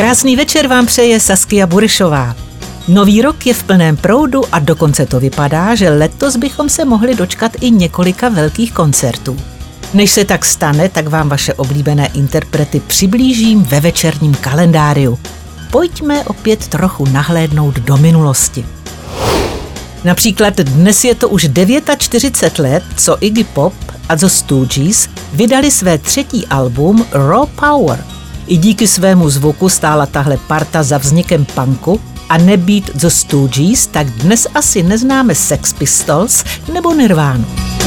Krásný večer vám přeje Saskia Burešová. Nový rok je v plném proudu a dokonce to vypadá, že letos bychom se mohli dočkat i několika velkých koncertů. Než se tak stane, tak vám vaše oblíbené interprety přiblížím ve večerním kalendáriu. Pojďme opět trochu nahlédnout do minulosti. Například dnes je to už 49 let, co Iggy Pop a The Stooges vydali své třetí album Raw Power. I díky svému zvuku stála tahle parta za vznikem punku a nebýt The Stooges, tak dnes asi neznáme Sex Pistols nebo Nirvánu.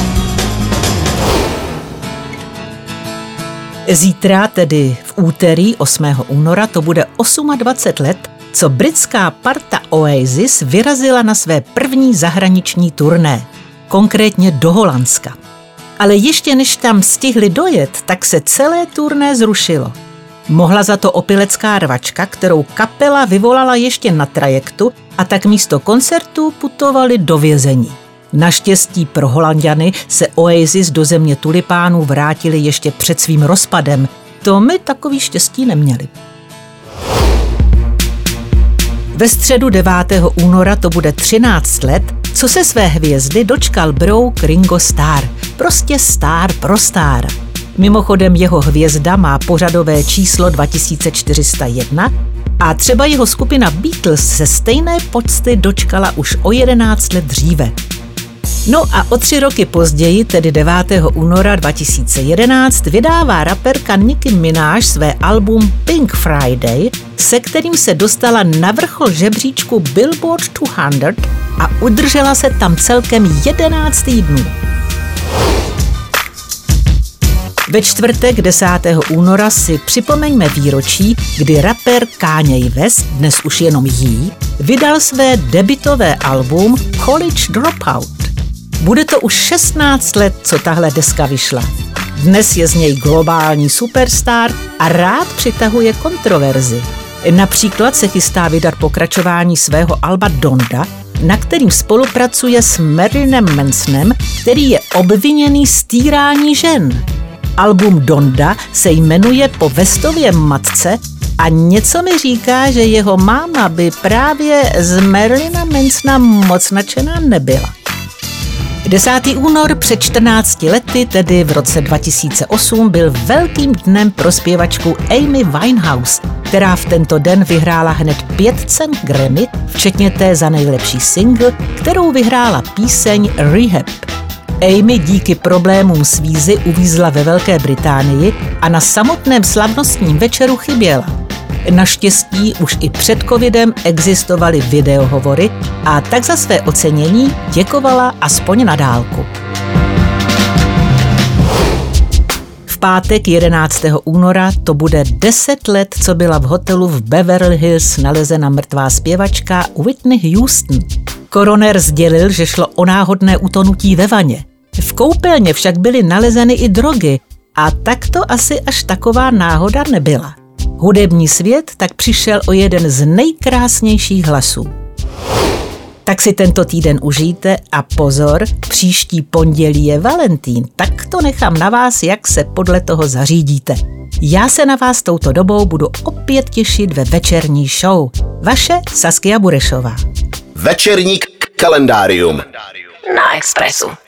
Zítra, tedy v úterý 8. února, to bude 28 let, co britská parta Oasis vyrazila na své první zahraniční turné, konkrétně do Holandska. Ale ještě než tam stihli dojet, tak se celé turné zrušilo. Mohla za to opilecká rvačka, kterou kapela vyvolala ještě na trajektu, a tak místo koncertu putovali do vězení. Naštěstí pro Holanďany se Oasis do země tulipánů vrátili ještě před svým rozpadem. To my takový štěstí neměli. Ve středu 9. února to bude 13 let, co se své hvězdy dočkal brouk Ringo Starr. Prostě star pro star. Mimochodem jeho hvězda má pořadové číslo 2401 a třeba jeho skupina Beatles se stejné pocty dočkala už o 11 let dříve. No a o 3 roky později, tedy 9. února 2011, vydává raperka Nicki Minaj své album Pink Friday, se kterým se dostala na vrchol žebříčku Billboard 200 a udržela se tam celkem 11 týdnů. Ve čtvrtek 10. února si připomeňme výročí, kdy rapper Kanye West, dnes už jenom Yee, vydal své debutové album College Dropout. Bude to už 16 let, co tahle deska vyšla. Dnes je z něj globální superstar a rád přitahuje kontroverzi. Například se chystá vydat pokračování svého alba Donda, na kterým spolupracuje s Marilynem Mansonem, který je obviněný z týrání žen. Album Donda se jmenuje po Westově matce a něco mi říká, že jeho máma by právě z Marilyna Mansona moc nadšená nebyla. 10. únor před 14 lety, tedy v roce 2008, byl velkým dnem pro zpěvačku Amy Winehouse, která v tento den vyhrála hned 5 cen Grammy, včetně té za nejlepší single, kterou vyhrála píseň Rehab. Amy díky problémům s vízy uvízla ve Velké Británii a na samotném slavnostním večeru chyběla. Naštěstí už i před covidem existovaly videohovory a tak za své ocenění děkovala aspoň na dálku. V pátek 11. února to bude 10 let, co byla v hotelu v Beverly Hills nalezena mrtvá zpěvačka Whitney Houston. Koroner sdělil, že šlo o náhodné utonutí ve vaně. V koupelně však byly nalezeny i drogy a tak to asi až taková náhoda nebyla. Hudební svět tak přišel o jeden z nejkrásnějších hlasů. Tak si tento týden užijte a pozor, příští pondělí je Valentín, tak to nechám na vás, jak se podle toho zařídíte. Já se na vás touto dobou budu opět těšit ve večerní show. Vaše Saskia Burešová. Večerní kalendárium na Expressu.